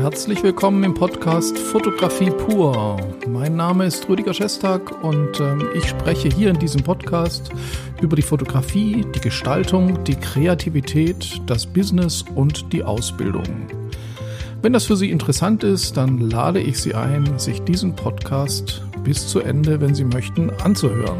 Herzlich willkommen im Podcast Fotografie pur. Mein Name ist Rüdiger Schestag und ich spreche hier in diesem Podcast über die Fotografie, die Gestaltung, die Kreativität, das Business und die Ausbildung. Wenn das für Sie interessant ist, dann lade ich Sie ein, sich diesen Podcast bis zu Ende, wenn Sie möchten, anzuhören.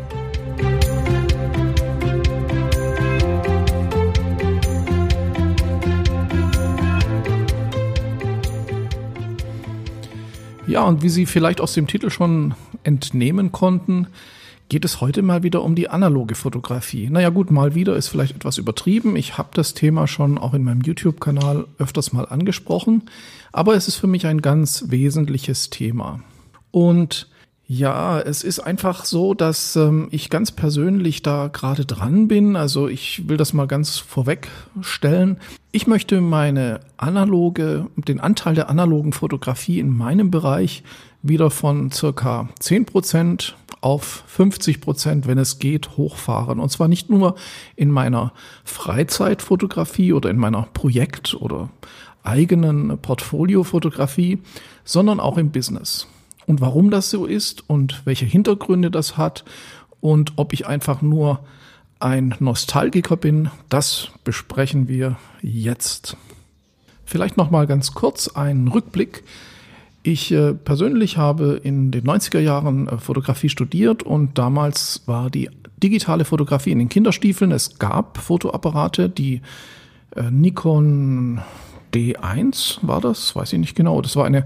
Ja, und wie Sie vielleicht aus dem Titel schon entnehmen konnten, geht es heute mal wieder um die analoge Fotografie. Naja gut, mal wieder ist vielleicht etwas übertrieben. Ich habe das Thema schon auch in meinem YouTube-Kanal öfters mal angesprochen, aber es ist für mich ein ganz wesentliches Thema. Und ja, es ist einfach so, dass ich ganz persönlich da gerade dran bin. Also ich will das mal ganz vorweg stellen. Ich möchte den Anteil der analogen Fotografie in meinem Bereich wieder von circa 10% auf 50%, wenn es geht, hochfahren. Und zwar nicht nur in meiner Freizeitfotografie oder in meiner Projekt- oder eigenen Portfoliofotografie, sondern auch im Business. Und warum das so ist und welche Hintergründe das hat und ob ich einfach nur ein Nostalgiker bin, das besprechen wir jetzt. Vielleicht noch mal ganz kurz einen Rückblick. Ich persönlich habe in den 90er Jahren Fotografie studiert und damals war die digitale Fotografie in den Kinderstiefeln. Es gab Fotoapparate, die Nikon D1 war das, weiß ich nicht genau. Es war eine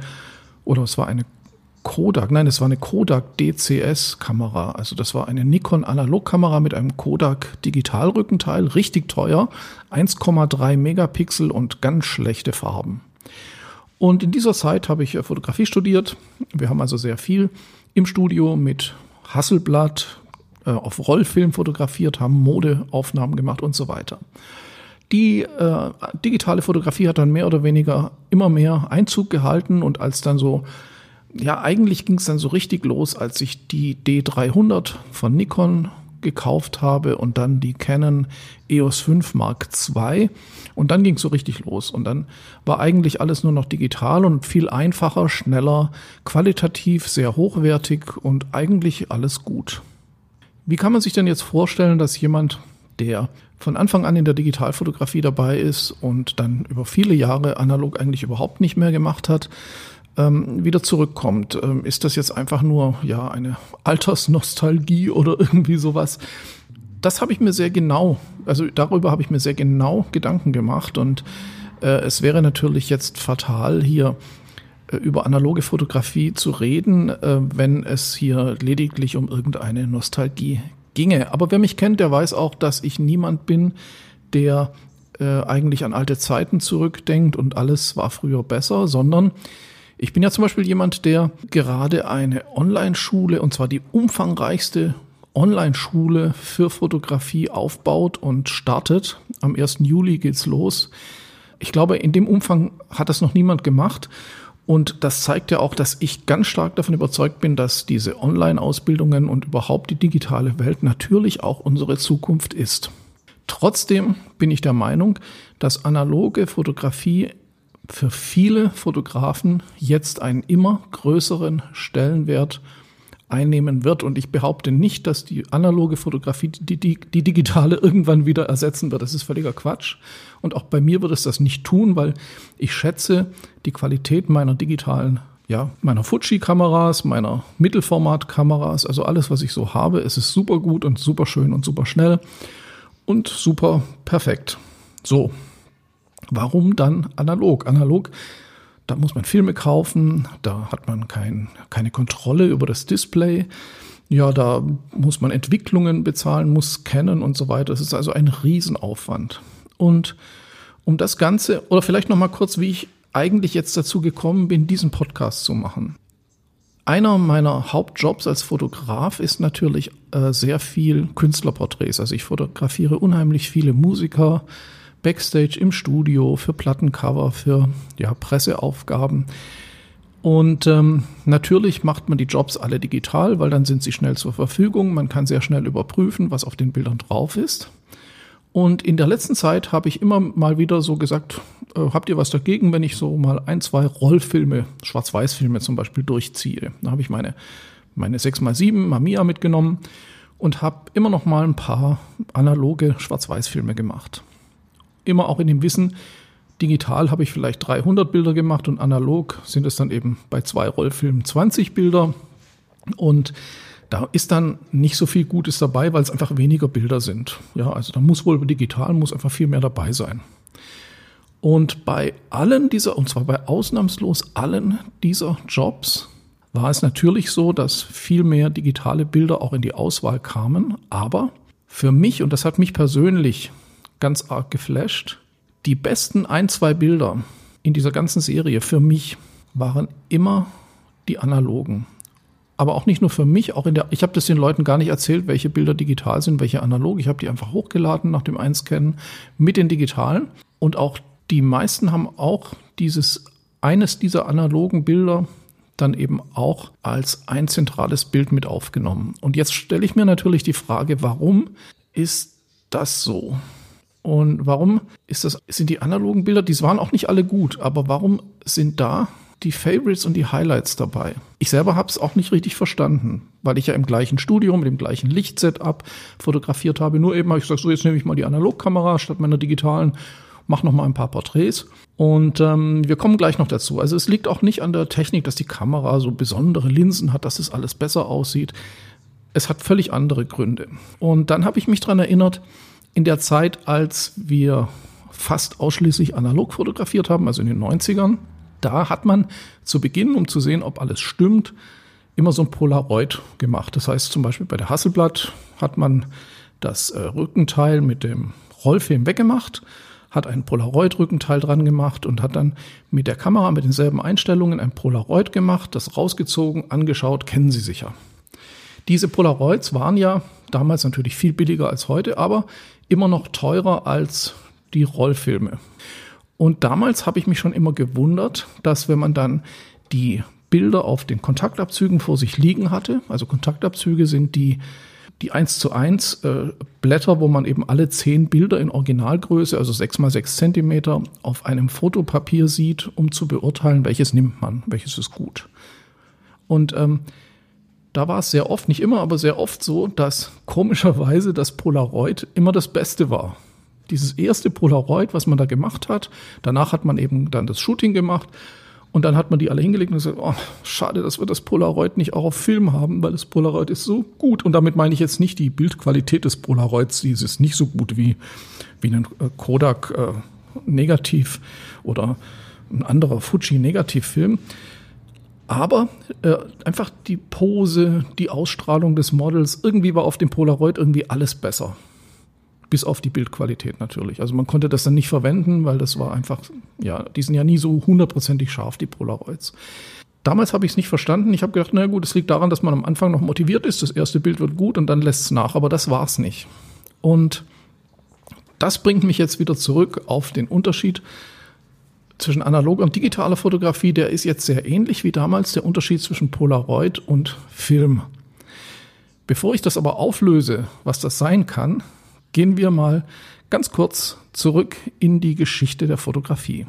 Kodak, nein, das war eine Kodak DCS-Kamera. Also das war eine Nikon-Analogkamera mit einem Kodak Digitalrückenteil, richtig teuer, 1,3 Megapixel und ganz schlechte Farben. Und in dieser Zeit habe ich Fotografie studiert. Wir haben also sehr viel im Studio mit Hasselblad auf Rollfilm fotografiert, haben Modeaufnahmen gemacht und so weiter. Die digitale Fotografie hat dann mehr oder weniger immer mehr Einzug gehalten und als dann so, ja, eigentlich ging es dann so richtig los, als ich die D300 von Nikon gekauft habe und dann die Canon EOS 5 Mark II und dann ging es so richtig los und dann war eigentlich alles nur noch digital und viel einfacher, schneller, qualitativ sehr hochwertig und eigentlich alles gut. Wie kann man sich denn jetzt vorstellen, dass jemand, der von Anfang an in der Digitalfotografie dabei ist und dann über viele Jahre analog eigentlich überhaupt nicht mehr gemacht hat, wieder zurückkommt? Ist das jetzt einfach nur eine Altersnostalgie oder irgendwie sowas? Das habe ich mir darüber habe ich mir sehr genau Gedanken gemacht und es wäre natürlich jetzt fatal, hier über analoge Fotografie zu reden, wenn es hier lediglich um irgendeine Nostalgie ginge. Aber wer mich kennt, der weiß auch, dass ich niemand bin, der eigentlich an alte Zeiten zurückdenkt und alles war früher besser, sondern ich bin ja zum Beispiel jemand, der gerade eine Online-Schule, und zwar die umfangreichste Online-Schule für Fotografie aufbaut und startet. Am 1. Juli geht's los. Ich glaube, in dem Umfang hat das noch niemand gemacht. Und das zeigt ja auch, dass ich ganz stark davon überzeugt bin, dass diese Online-Ausbildungen und überhaupt die digitale Welt natürlich auch unsere Zukunft ist. Trotzdem bin ich der Meinung, dass analoge Fotografie für viele Fotografen jetzt einen immer größeren Stellenwert einnehmen wird. Und ich behaupte nicht, dass die analoge Fotografie die digitale irgendwann wieder ersetzen wird. Das ist völliger Quatsch. Und auch bei mir wird es das nicht tun, weil ich schätze die Qualität meiner meiner Fuji-Kameras, meiner Mittelformat-Kameras, also alles, was ich so habe, es ist super gut und super schön und super schnell und super perfekt. So. Warum dann analog? Analog, da muss man Filme kaufen, da hat man keine Kontrolle über das Display. Ja, da muss man Entwicklungen bezahlen, muss scannen und so weiter. Das ist also ein Riesenaufwand. Und um das Ganze, oder vielleicht noch mal kurz, wie ich eigentlich jetzt dazu gekommen bin, diesen Podcast zu machen. Einer meiner Hauptjobs als Fotograf ist natürlich sehr viel Künstlerporträts. Also ich fotografiere unheimlich viele Musiker, Backstage im Studio, für Plattencover, für Presseaufgaben. Und natürlich macht man die Jobs alle digital, weil dann sind sie schnell zur Verfügung. Man kann sehr schnell überprüfen, was auf den Bildern drauf ist. Und in der letzten Zeit habe ich immer mal wieder so gesagt, habt ihr was dagegen, wenn ich so mal 1, 2 Rollfilme, Schwarz-Weiß-Filme zum Beispiel durchziehe? Da habe ich meine 6x7 Mamiya mitgenommen und habe immer noch mal ein paar analoge Schwarz-Weiß-Filme gemacht. Immer auch in dem Wissen, digital habe ich vielleicht 300 Bilder gemacht und analog sind es dann eben bei 2 Rollfilmen 20 Bilder. Und da ist dann nicht so viel Gutes dabei, weil es einfach weniger Bilder sind. Ja, also da muss wohl digital einfach viel mehr dabei sein. Und bei allen dieser, und zwar bei ausnahmslos allen dieser Jobs, war es natürlich so, dass viel mehr digitale Bilder auch in die Auswahl kamen. Aber für mich, und das hat mich persönlich ganz arg geflasht, die besten 1, 2 Bilder in dieser ganzen Serie für mich waren immer die analogen. Aber auch nicht nur für mich, ich habe das den Leuten gar nicht erzählt, welche Bilder digital sind, welche analog. Ich habe die einfach hochgeladen nach dem Einscannen mit den digitalen. Und auch die meisten haben auch eines dieser analogen Bilder dann eben auch als ein zentrales Bild mit aufgenommen. Und jetzt stelle ich mir natürlich die Frage, warum ist das so? Und warum sind die analogen Bilder, die waren auch nicht alle gut, aber warum sind da die Favorites und die Highlights dabei? Ich selber habe es auch nicht richtig verstanden, weil ich ja im gleichen Studio mit dem gleichen Lichtsetup fotografiert habe. Nur eben habe ich gesagt, so jetzt nehme ich mal die Analogkamera statt meiner digitalen, mache noch mal ein paar Porträts und wir kommen gleich noch dazu. Also es liegt auch nicht an der Technik, dass die Kamera so besondere Linsen hat, dass es alles besser aussieht. Es hat völlig andere Gründe. Und dann habe ich mich daran erinnert, in der Zeit, als wir fast ausschließlich analog fotografiert haben, also in den 90ern, da hat man zu Beginn, um zu sehen, ob alles stimmt, immer so ein Polaroid gemacht. Das heißt zum Beispiel bei der Hasselblad hat man das Rückenteil mit dem Rollfilm weggemacht, hat ein Polaroid-Rückenteil dran gemacht und hat dann mit der Kamera mit denselben Einstellungen ein Polaroid gemacht, das rausgezogen, angeschaut, kennen Sie sicher. Diese Polaroids waren ja damals natürlich viel billiger als heute, aber immer noch teurer als die Rollfilme. Und damals habe ich mich schon immer gewundert, dass wenn man dann die Bilder auf den Kontaktabzügen vor sich liegen hatte, also Kontaktabzüge sind die 1:1 Blätter, wo man eben alle 10 Bilder in Originalgröße, also 6x6 Zentimeter, auf einem Fotopapier sieht, um zu beurteilen, welches nimmt man, welches ist gut. Und da war es sehr oft, nicht immer, aber sehr oft so, dass komischerweise das Polaroid immer das Beste war. Dieses erste Polaroid, was man da gemacht hat, danach hat man eben dann das Shooting gemacht und dann hat man die alle hingelegt und gesagt, oh, schade, dass wir das Polaroid nicht auch auf Film haben, weil das Polaroid ist so gut. Und damit meine ich jetzt nicht die Bildqualität des Polaroids, die ist nicht so gut wie ein Kodak Negativ oder ein anderer Fuji Negativfilm. Aber einfach die Pose, die Ausstrahlung des Models, irgendwie war auf dem Polaroid irgendwie alles besser. Bis auf die Bildqualität natürlich. Also man konnte das dann nicht verwenden, weil das war einfach, ja, die sind ja nie so 100%ig scharf, die Polaroids. Damals habe ich es nicht verstanden. Ich habe gedacht, na gut, es liegt daran, dass man am Anfang noch motiviert ist. Das erste Bild wird gut und dann lässt es nach. Aber das war es nicht. Und das bringt mich jetzt wieder zurück auf den Unterschied zwischen analoger und digitaler Fotografie. Der ist jetzt sehr ähnlich wie damals, der Unterschied zwischen Polaroid und Film. Bevor ich das aber auflöse, was das sein kann, gehen wir mal ganz kurz zurück in die Geschichte der Fotografie.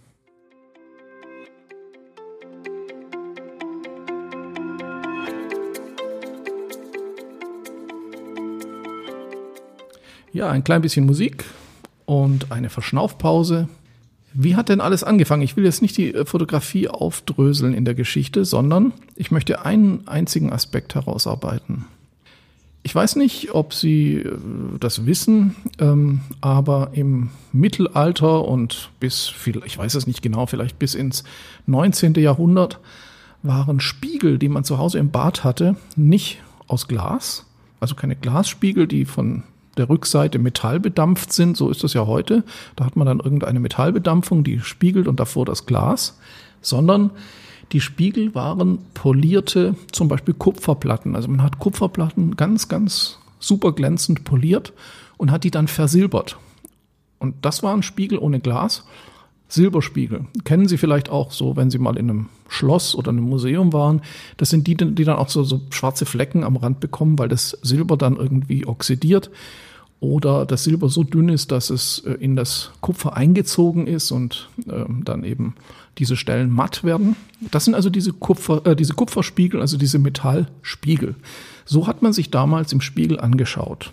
Ja, ein klein bisschen Musik und eine Verschnaufpause. Wie hat denn alles angefangen? Ich will jetzt nicht die Fotografie aufdröseln in der Geschichte, sondern ich möchte einen einzigen Aspekt herausarbeiten. Ich weiß nicht, ob Sie das wissen, aber im Mittelalter und ich weiß es nicht genau, vielleicht bis ins 19. Jahrhundert waren Spiegel, die man zu Hause im Bad hatte, nicht aus Glas, also keine Glasspiegel, die von der Rückseite metallbedampft sind, so ist das ja heute. Da hat man dann irgendeine Metallbedampfung, die spiegelt und davor das Glas, sondern die Spiegel waren polierte, zum Beispiel Kupferplatten. Also man hat Kupferplatten ganz, ganz super glänzend poliert und hat die dann versilbert. Und das waren Spiegel ohne Glas, Silberspiegel. Kennen Sie vielleicht auch so, wenn Sie mal in einem Schloss oder einem Museum waren. Das sind die dann auch so schwarze Flecken am Rand bekommen, weil das Silber dann irgendwie oxidiert. oder das Silber so dünn ist, dass es in das Kupfer eingezogen ist und dann eben diese Stellen matt werden. Das sind also diese Kupferspiegel, also diese Metallspiegel. So hat man sich damals im Spiegel angeschaut.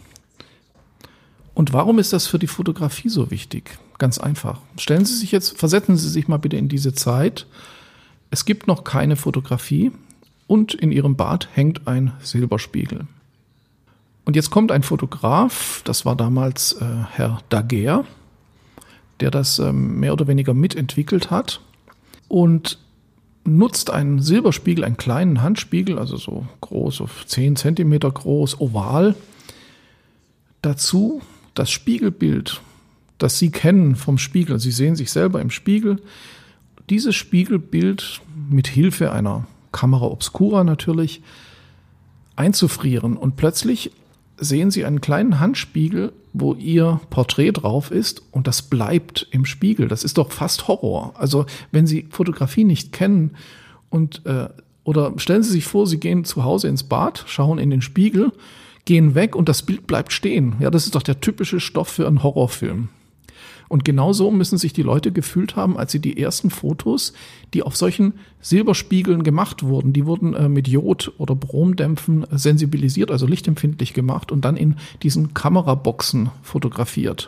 Und warum ist das für die Fotografie so wichtig? Ganz einfach. Versetzen Sie sich mal bitte in diese Zeit. Es gibt noch keine Fotografie und in Ihrem Bad hängt ein Silberspiegel. Und jetzt kommt ein Fotograf, das war damals Herr Daguerre, der das mehr oder weniger mitentwickelt hat und nutzt einen Silberspiegel, einen kleinen Handspiegel, also so groß, so 10 Zentimeter groß, oval, dazu das Spiegelbild, das Sie kennen vom Spiegel. Sie sehen sich selber im Spiegel. Dieses Spiegelbild mit Hilfe einer Camera Obscura natürlich einzufrieren und plötzlich sehen Sie einen kleinen Handspiegel, wo Ihr Porträt drauf ist und das bleibt im Spiegel. Das ist doch fast Horror. Also wenn Sie Fotografie nicht kennen oder stellen Sie sich vor, Sie gehen zu Hause ins Bad, schauen in den Spiegel, gehen weg und das Bild bleibt stehen. Ja, das ist doch der typische Stoff für einen Horrorfilm. Und genau so müssen sich die Leute gefühlt haben, als sie die ersten Fotos, die auf solchen Silberspiegeln gemacht wurden, die wurden mit Jod- oder Bromdämpfen sensibilisiert, also lichtempfindlich gemacht und dann in diesen Kameraboxen fotografiert.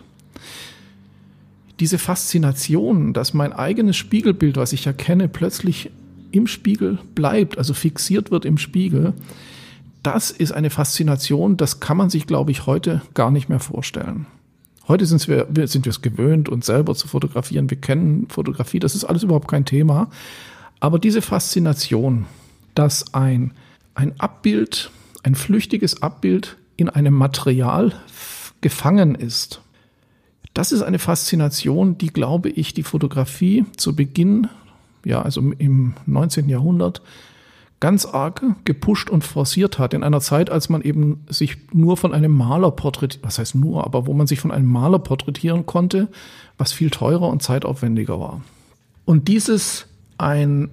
Diese Faszination, dass mein eigenes Spiegelbild, was ich ja kenne, plötzlich im Spiegel bleibt, also fixiert wird im Spiegel, das ist eine Faszination, das kann man sich, glaube ich, heute gar nicht mehr vorstellen. Heute sind wir es gewöhnt, uns selber zu fotografieren. Wir kennen Fotografie, das ist alles überhaupt kein Thema. Aber diese Faszination, dass ein Abbild, ein flüchtiges Abbild in einem Material gefangen ist, das ist eine Faszination, die, glaube ich, die Fotografie zu Beginn, ja, also im 19. Jahrhundert, ganz arg gepusht und forciert hat, in einer Zeit, als man eben sich nur von einem Maler wo man sich von einem Maler porträtieren konnte, was viel teurer und zeitaufwendiger war. Und dieses ein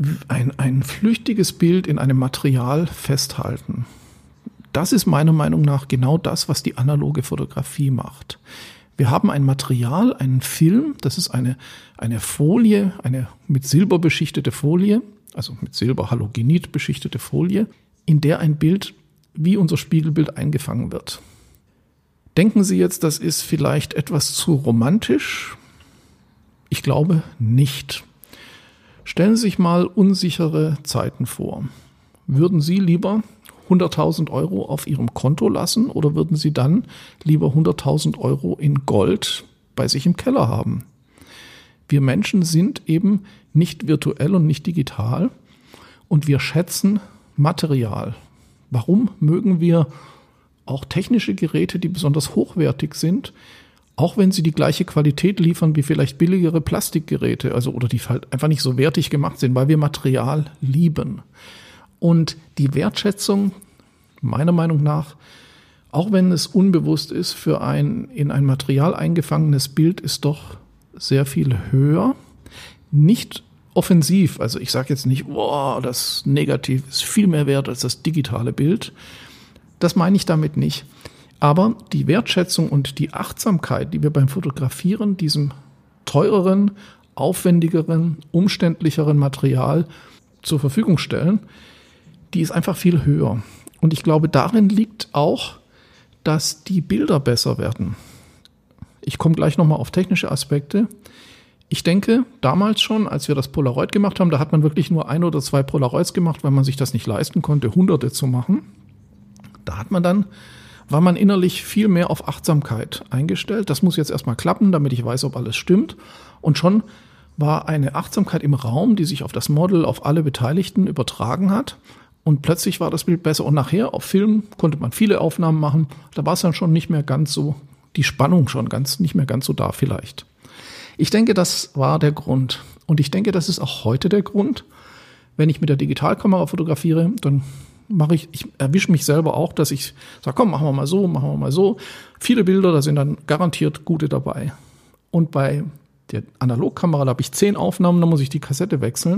flüchtiges Bild in einem Material festhalten, das ist meiner Meinung nach genau das, was die analoge Fotografie macht. Wir haben ein Material, einen Film, das ist eine Folie, eine mit Silber beschichtete Folie, also mit Silberhalogenid beschichtete Folie, in der ein Bild wie unser Spiegelbild eingefangen wird. Denken Sie jetzt, das ist vielleicht etwas zu romantisch? Ich glaube nicht. Stellen Sie sich mal unsichere Zeiten vor. Würden Sie lieber 100.000 Euro auf Ihrem Konto lassen oder würden Sie dann lieber 100.000 Euro in Gold bei sich im Keller haben? Wir Menschen sind eben nicht virtuell und nicht digital und wir schätzen Material. Warum mögen wir auch technische Geräte, die besonders hochwertig sind, auch wenn sie die gleiche Qualität liefern wie vielleicht billigere Plastikgeräte, oder die halt einfach nicht so wertig gemacht sind, weil wir Material lieben. Und die Wertschätzung, meiner Meinung nach, auch wenn es unbewusst ist, für ein in ein Material eingefangenes Bild ist doch sehr viel höher. Nicht offensiv, also ich sage jetzt nicht, das Negativ ist viel mehr wert als das digitale Bild. Das meine ich damit nicht. Aber die Wertschätzung und die Achtsamkeit, die wir beim Fotografieren diesem teureren, aufwendigeren, umständlicheren Material zur Verfügung stellen, die ist einfach viel höher. Und ich glaube, darin liegt auch, dass die Bilder besser werden. Ich komme gleich nochmal auf technische Aspekte. Ich denke, damals schon, als wir das Polaroid gemacht haben, da hat man wirklich nur 1 oder 2 Polaroids gemacht, weil man sich das nicht leisten konnte, Hunderte zu machen. Da war man innerlich viel mehr auf Achtsamkeit eingestellt. Das muss jetzt erstmal klappen, damit ich weiß, ob alles stimmt. Und schon war eine Achtsamkeit im Raum, die sich auf das Model, auf alle Beteiligten übertragen hat. Und plötzlich war das Bild besser. Und nachher auf Film konnte man viele Aufnahmen machen. Da war es dann schon nicht mehr ganz so, die Spannung schon nicht mehr ganz so da vielleicht. Ich denke, das war der Grund. Und ich denke, das ist auch heute der Grund. Wenn ich mit der Digitalkamera fotografiere, dann ich erwische mich selber auch, dass ich sage, komm, machen wir mal so. Viele Bilder, da sind dann garantiert gute dabei. Und bei der Analogkamera, da habe ich 10 Aufnahmen, da muss ich die Kassette wechseln.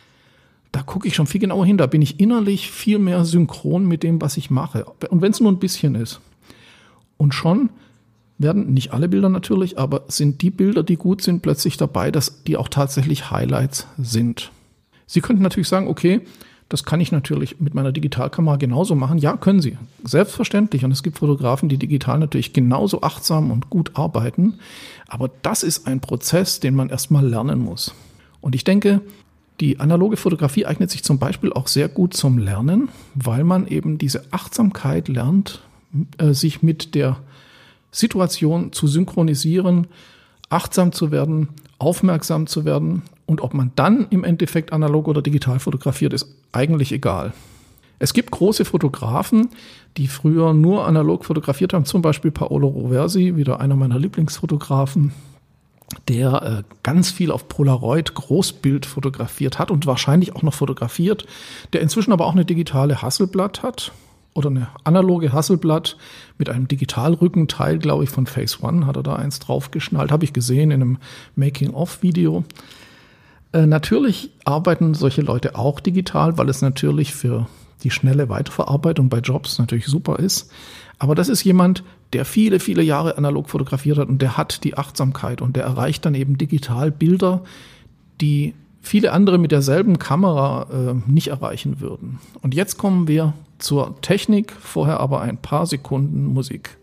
Da gucke ich schon viel genauer hin. Da bin ich innerlich viel mehr synchron mit dem, was ich mache. Und wenn es nur ein bisschen ist. Und schon werden nicht alle Bilder natürlich, aber sind die Bilder, die gut sind, plötzlich dabei, dass die auch tatsächlich Highlights sind. Sie könnten natürlich sagen, okay, das kann ich natürlich mit meiner Digitalkamera genauso machen. Ja, können Sie. Selbstverständlich. Und es gibt Fotografen, die digital natürlich genauso achtsam und gut arbeiten. Aber das ist ein Prozess, den man erstmal lernen muss. Und ich denke, die analoge Fotografie eignet sich zum Beispiel auch sehr gut zum Lernen, weil man eben diese Achtsamkeit lernt, sich mit der Situation zu synchronisieren, achtsam zu werden, aufmerksam zu werden. Und ob man dann im Endeffekt analog oder digital fotografiert, ist eigentlich egal. Es gibt große Fotografen, die früher nur analog fotografiert haben, zum Beispiel Paolo Roversi, wieder einer meiner Lieblingsfotografen, der ganz viel auf Polaroid Großbild fotografiert hat und wahrscheinlich auch noch fotografiert, der inzwischen aber auch eine digitale Hasselblad hat oder eine analoge Hasselblad mit einem Digitalrückenteil, glaube ich, von Phase One hat er da eins draufgeschnallt, habe ich gesehen in einem Making-of-Video. Natürlich arbeiten solche Leute auch digital, weil es natürlich für die schnelle Weiterverarbeitung bei Jobs natürlich super ist. Aber das ist jemand, der viele, viele Jahre analog fotografiert hat und der hat die Achtsamkeit und der erreicht dann eben digital Bilder, die viele andere mit derselben Kamera nicht erreichen würden. Und jetzt kommen wir zur Technik, vorher aber ein paar Sekunden Musik.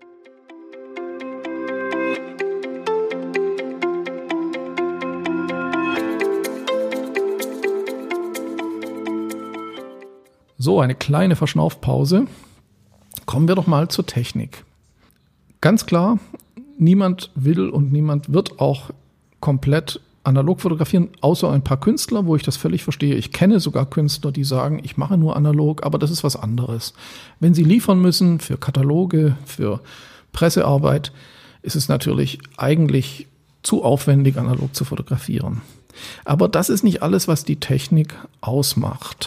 So, eine kleine Verschnaufpause. Kommen wir doch mal zur Technik. Ganz klar, niemand will und niemand wird auch komplett analog fotografieren, außer ein paar Künstler, wo ich das völlig verstehe. Ich kenne sogar Künstler, die sagen, ich mache nur analog, aber das ist was anderes. Wenn sie liefern müssen für Kataloge, für Pressearbeit, ist es natürlich eigentlich zu aufwendig, analog zu fotografieren. Aber das ist nicht alles, was die Technik ausmacht.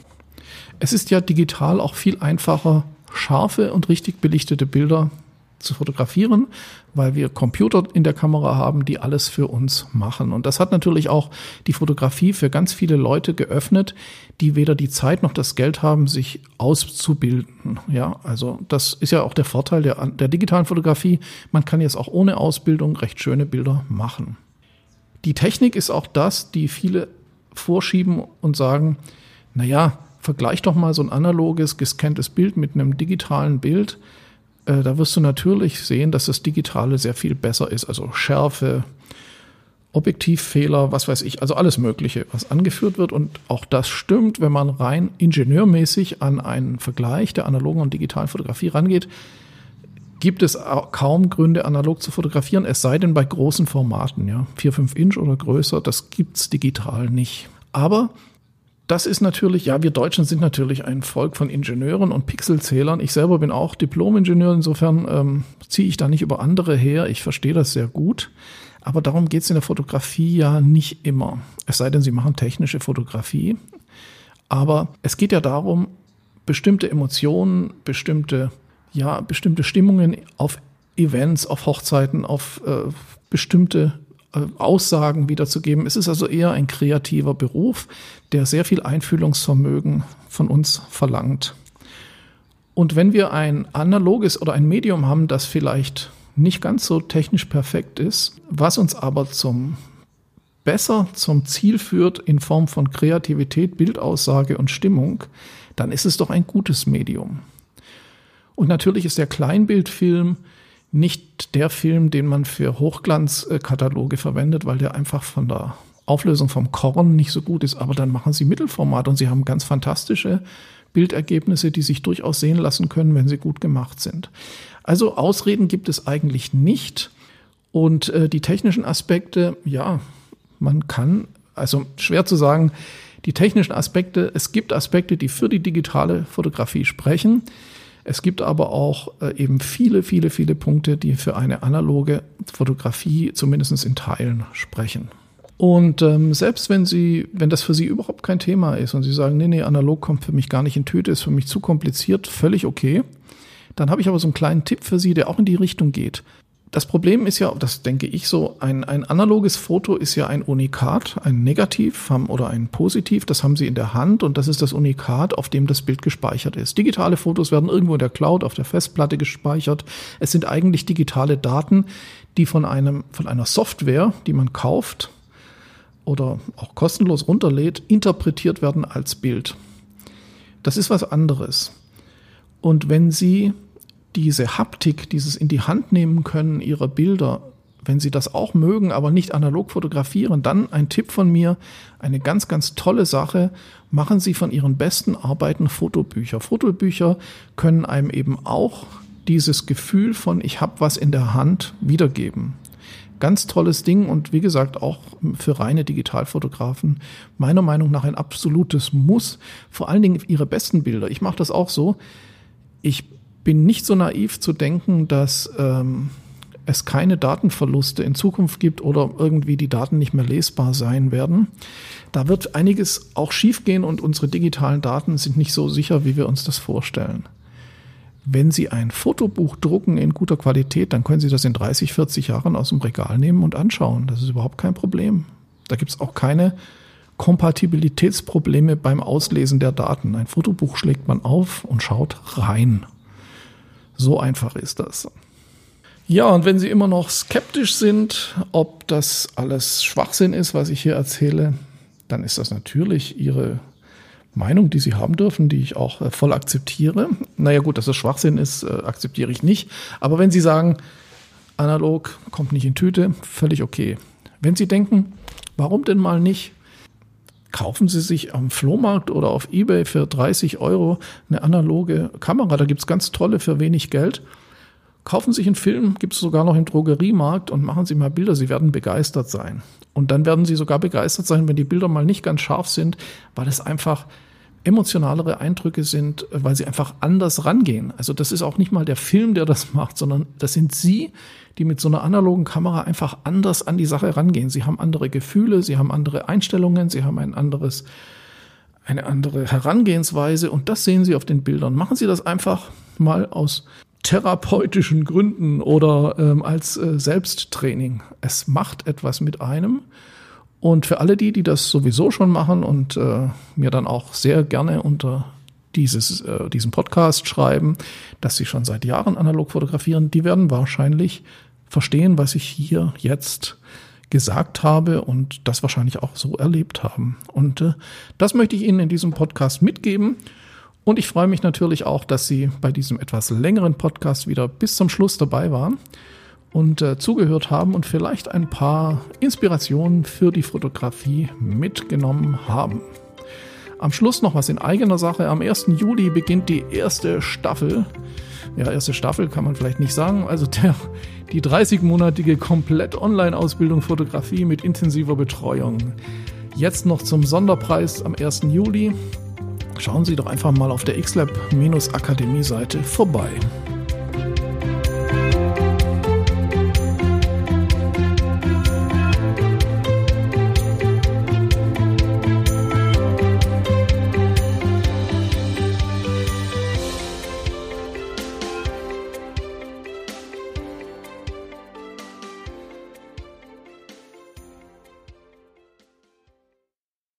Es ist ja digital auch viel einfacher, scharfe und richtig belichtete Bilder zu fotografieren, weil wir Computer in der Kamera haben, die alles für uns machen. Und das hat natürlich auch die Fotografie für ganz viele Leute geöffnet, die weder die Zeit noch das Geld haben, sich auszubilden. Ja, also das ist ja auch der Vorteil der digitalen Fotografie. Man kann jetzt auch ohne Ausbildung recht schöne Bilder machen. Die Technik ist auch das, die viele vorschieben und sagen, naja, vergleich doch mal so ein analoges, gescanntes Bild mit einem digitalen Bild. Da wirst du natürlich sehen, dass das Digitale sehr viel besser ist. Also Schärfe, Objektivfehler, was weiß ich, also alles Mögliche, was angeführt wird. Und auch das stimmt, wenn man rein ingenieurmäßig an einen Vergleich der analogen und digitalen Fotografie rangeht, gibt es kaum Gründe, analog zu fotografieren, es sei denn bei großen Formaten, ja, 4-5 Inch oder größer, das gibt's digital nicht. Aber das ist natürlich, ja, wir Deutschen sind natürlich ein Volk von Ingenieuren und Pixelzählern. Ich selber bin auch Diplom-Ingenieur, insofern ziehe ich da nicht über andere her. Ich verstehe das sehr gut. Aber darum geht es in der Fotografie ja nicht immer. Es sei denn, Sie machen technische Fotografie. Aber es geht ja darum, bestimmte Emotionen, bestimmte Stimmungen auf Events, auf Hochzeiten, auf bestimmte Aussagen wiederzugeben. Es ist also eher ein kreativer Beruf, der sehr viel Einfühlungsvermögen von uns verlangt. Und wenn wir ein analoges oder ein Medium haben, das vielleicht nicht ganz so technisch perfekt ist, was uns aber besser zum Ziel führt in Form von Kreativität, Bildaussage und Stimmung, dann ist es doch ein gutes Medium. Und natürlich ist der Kleinbildfilm nicht der Film, den man für Hochglanzkataloge verwendet, weil der einfach von der Auflösung vom Korn nicht so gut ist. Aber dann machen Sie Mittelformat und Sie haben ganz fantastische Bildergebnisse, die sich durchaus sehen lassen können, wenn sie gut gemacht sind. Also Ausreden gibt es eigentlich nicht. Und die technischen Aspekte, ja, man kann, also schwer zu sagen, die technischen Aspekte, es gibt Aspekte, die für die digitale Fotografie sprechen. Es gibt aber auch eben viele, viele, viele Punkte, die für eine analoge Fotografie zumindest in Teilen sprechen. Und selbst wenn das für Sie überhaupt kein Thema ist und Sie sagen, nee, analog kommt für mich gar nicht in Tüte, ist für mich zu kompliziert, völlig okay, dann habe ich aber so einen kleinen Tipp für Sie, der auch in die Richtung geht. Das Problem ist ja, das denke ich so, ein analoges Foto ist ja ein Unikat, ein Negativ oder ein Positiv, das haben Sie in der Hand und das ist das Unikat, auf dem das Bild gespeichert ist. Digitale Fotos werden irgendwo in der Cloud, auf der Festplatte gespeichert. Es sind eigentlich digitale Daten, die von einer Software, die man kauft oder auch kostenlos runterlädt, interpretiert werden als Bild. Das ist was anderes. Und wenn Sie diese Haptik, dieses in die Hand nehmen können ihrer Bilder, wenn Sie das auch mögen, aber nicht analog fotografieren, dann ein Tipp von mir, eine ganz, ganz tolle Sache, machen Sie von Ihren besten Arbeiten Fotobücher. Fotobücher können einem eben auch dieses Gefühl von ich habe was in der Hand wiedergeben. Ganz tolles Ding und wie gesagt auch für reine Digitalfotografen meiner Meinung nach ein absolutes Muss. Vor allen Dingen Ihre besten Bilder. Ich mache das auch so. Ich bin nicht so naiv zu denken, dass es keine Datenverluste in Zukunft gibt oder irgendwie die Daten nicht mehr lesbar sein werden. Da wird einiges auch schiefgehen und unsere digitalen Daten sind nicht so sicher, wie wir uns das vorstellen. Wenn Sie ein Fotobuch drucken in guter Qualität, dann können Sie das in 30, 40 Jahren aus dem Regal nehmen und anschauen. Das ist überhaupt kein Problem. Da gibt es auch keine Kompatibilitätsprobleme beim Auslesen der Daten. Ein Fotobuch schlägt man auf und schaut rein. So einfach ist das. Ja, und wenn Sie immer noch skeptisch sind, ob das alles Schwachsinn ist, was ich hier erzähle, dann ist das natürlich Ihre Meinung, die Sie haben dürfen, die ich auch voll akzeptiere. Naja gut, dass das Schwachsinn ist, akzeptiere ich nicht. Aber wenn Sie sagen, analog kommt nicht in Tüte, völlig okay. Wenn Sie denken, warum denn mal nicht? Kaufen Sie sich am Flohmarkt oder auf eBay für 30 € eine analoge Kamera. Da gibt es ganz tolle für wenig Geld. Kaufen Sie sich einen Film, gibt es sogar noch im Drogeriemarkt und machen Sie mal Bilder. Sie werden begeistert sein. Und dann werden Sie sogar begeistert sein, wenn die Bilder mal nicht ganz scharf sind, weil es einfach emotionalere Eindrücke sind, weil sie einfach anders rangehen. Also das ist auch nicht mal der Film, der das macht, sondern das sind Sie, die mit so einer analogen Kamera einfach anders an die Sache rangehen. Sie haben andere Gefühle, Sie haben andere Einstellungen, Sie haben eine andere Herangehensweise und das sehen Sie auf den Bildern. Machen Sie das einfach mal aus therapeutischen Gründen oder als Selbsttraining. Es macht etwas mit einem. Und für alle die das sowieso schon machen und mir dann auch sehr gerne unter diesen Podcast schreiben, dass sie schon seit Jahren analog fotografieren, die werden wahrscheinlich verstehen, was ich hier jetzt gesagt habe und das wahrscheinlich auch so erlebt haben. Und das möchte ich Ihnen in diesem Podcast mitgeben. Und ich freue mich natürlich auch, dass Sie bei diesem etwas längeren Podcast wieder bis zum Schluss dabei waren und zugehört haben und vielleicht ein paar Inspirationen für die Fotografie mitgenommen haben. Am Schluss noch was in eigener Sache. Am 1. Juli beginnt die erste Staffel. Ja, erste Staffel kann man vielleicht nicht sagen. Also die 30-monatige Komplett-Online-Ausbildung Fotografie mit intensiver Betreuung. Jetzt noch zum Sonderpreis am 1. Juli. Schauen Sie doch einfach mal auf der xlab-akademie-Seite vorbei.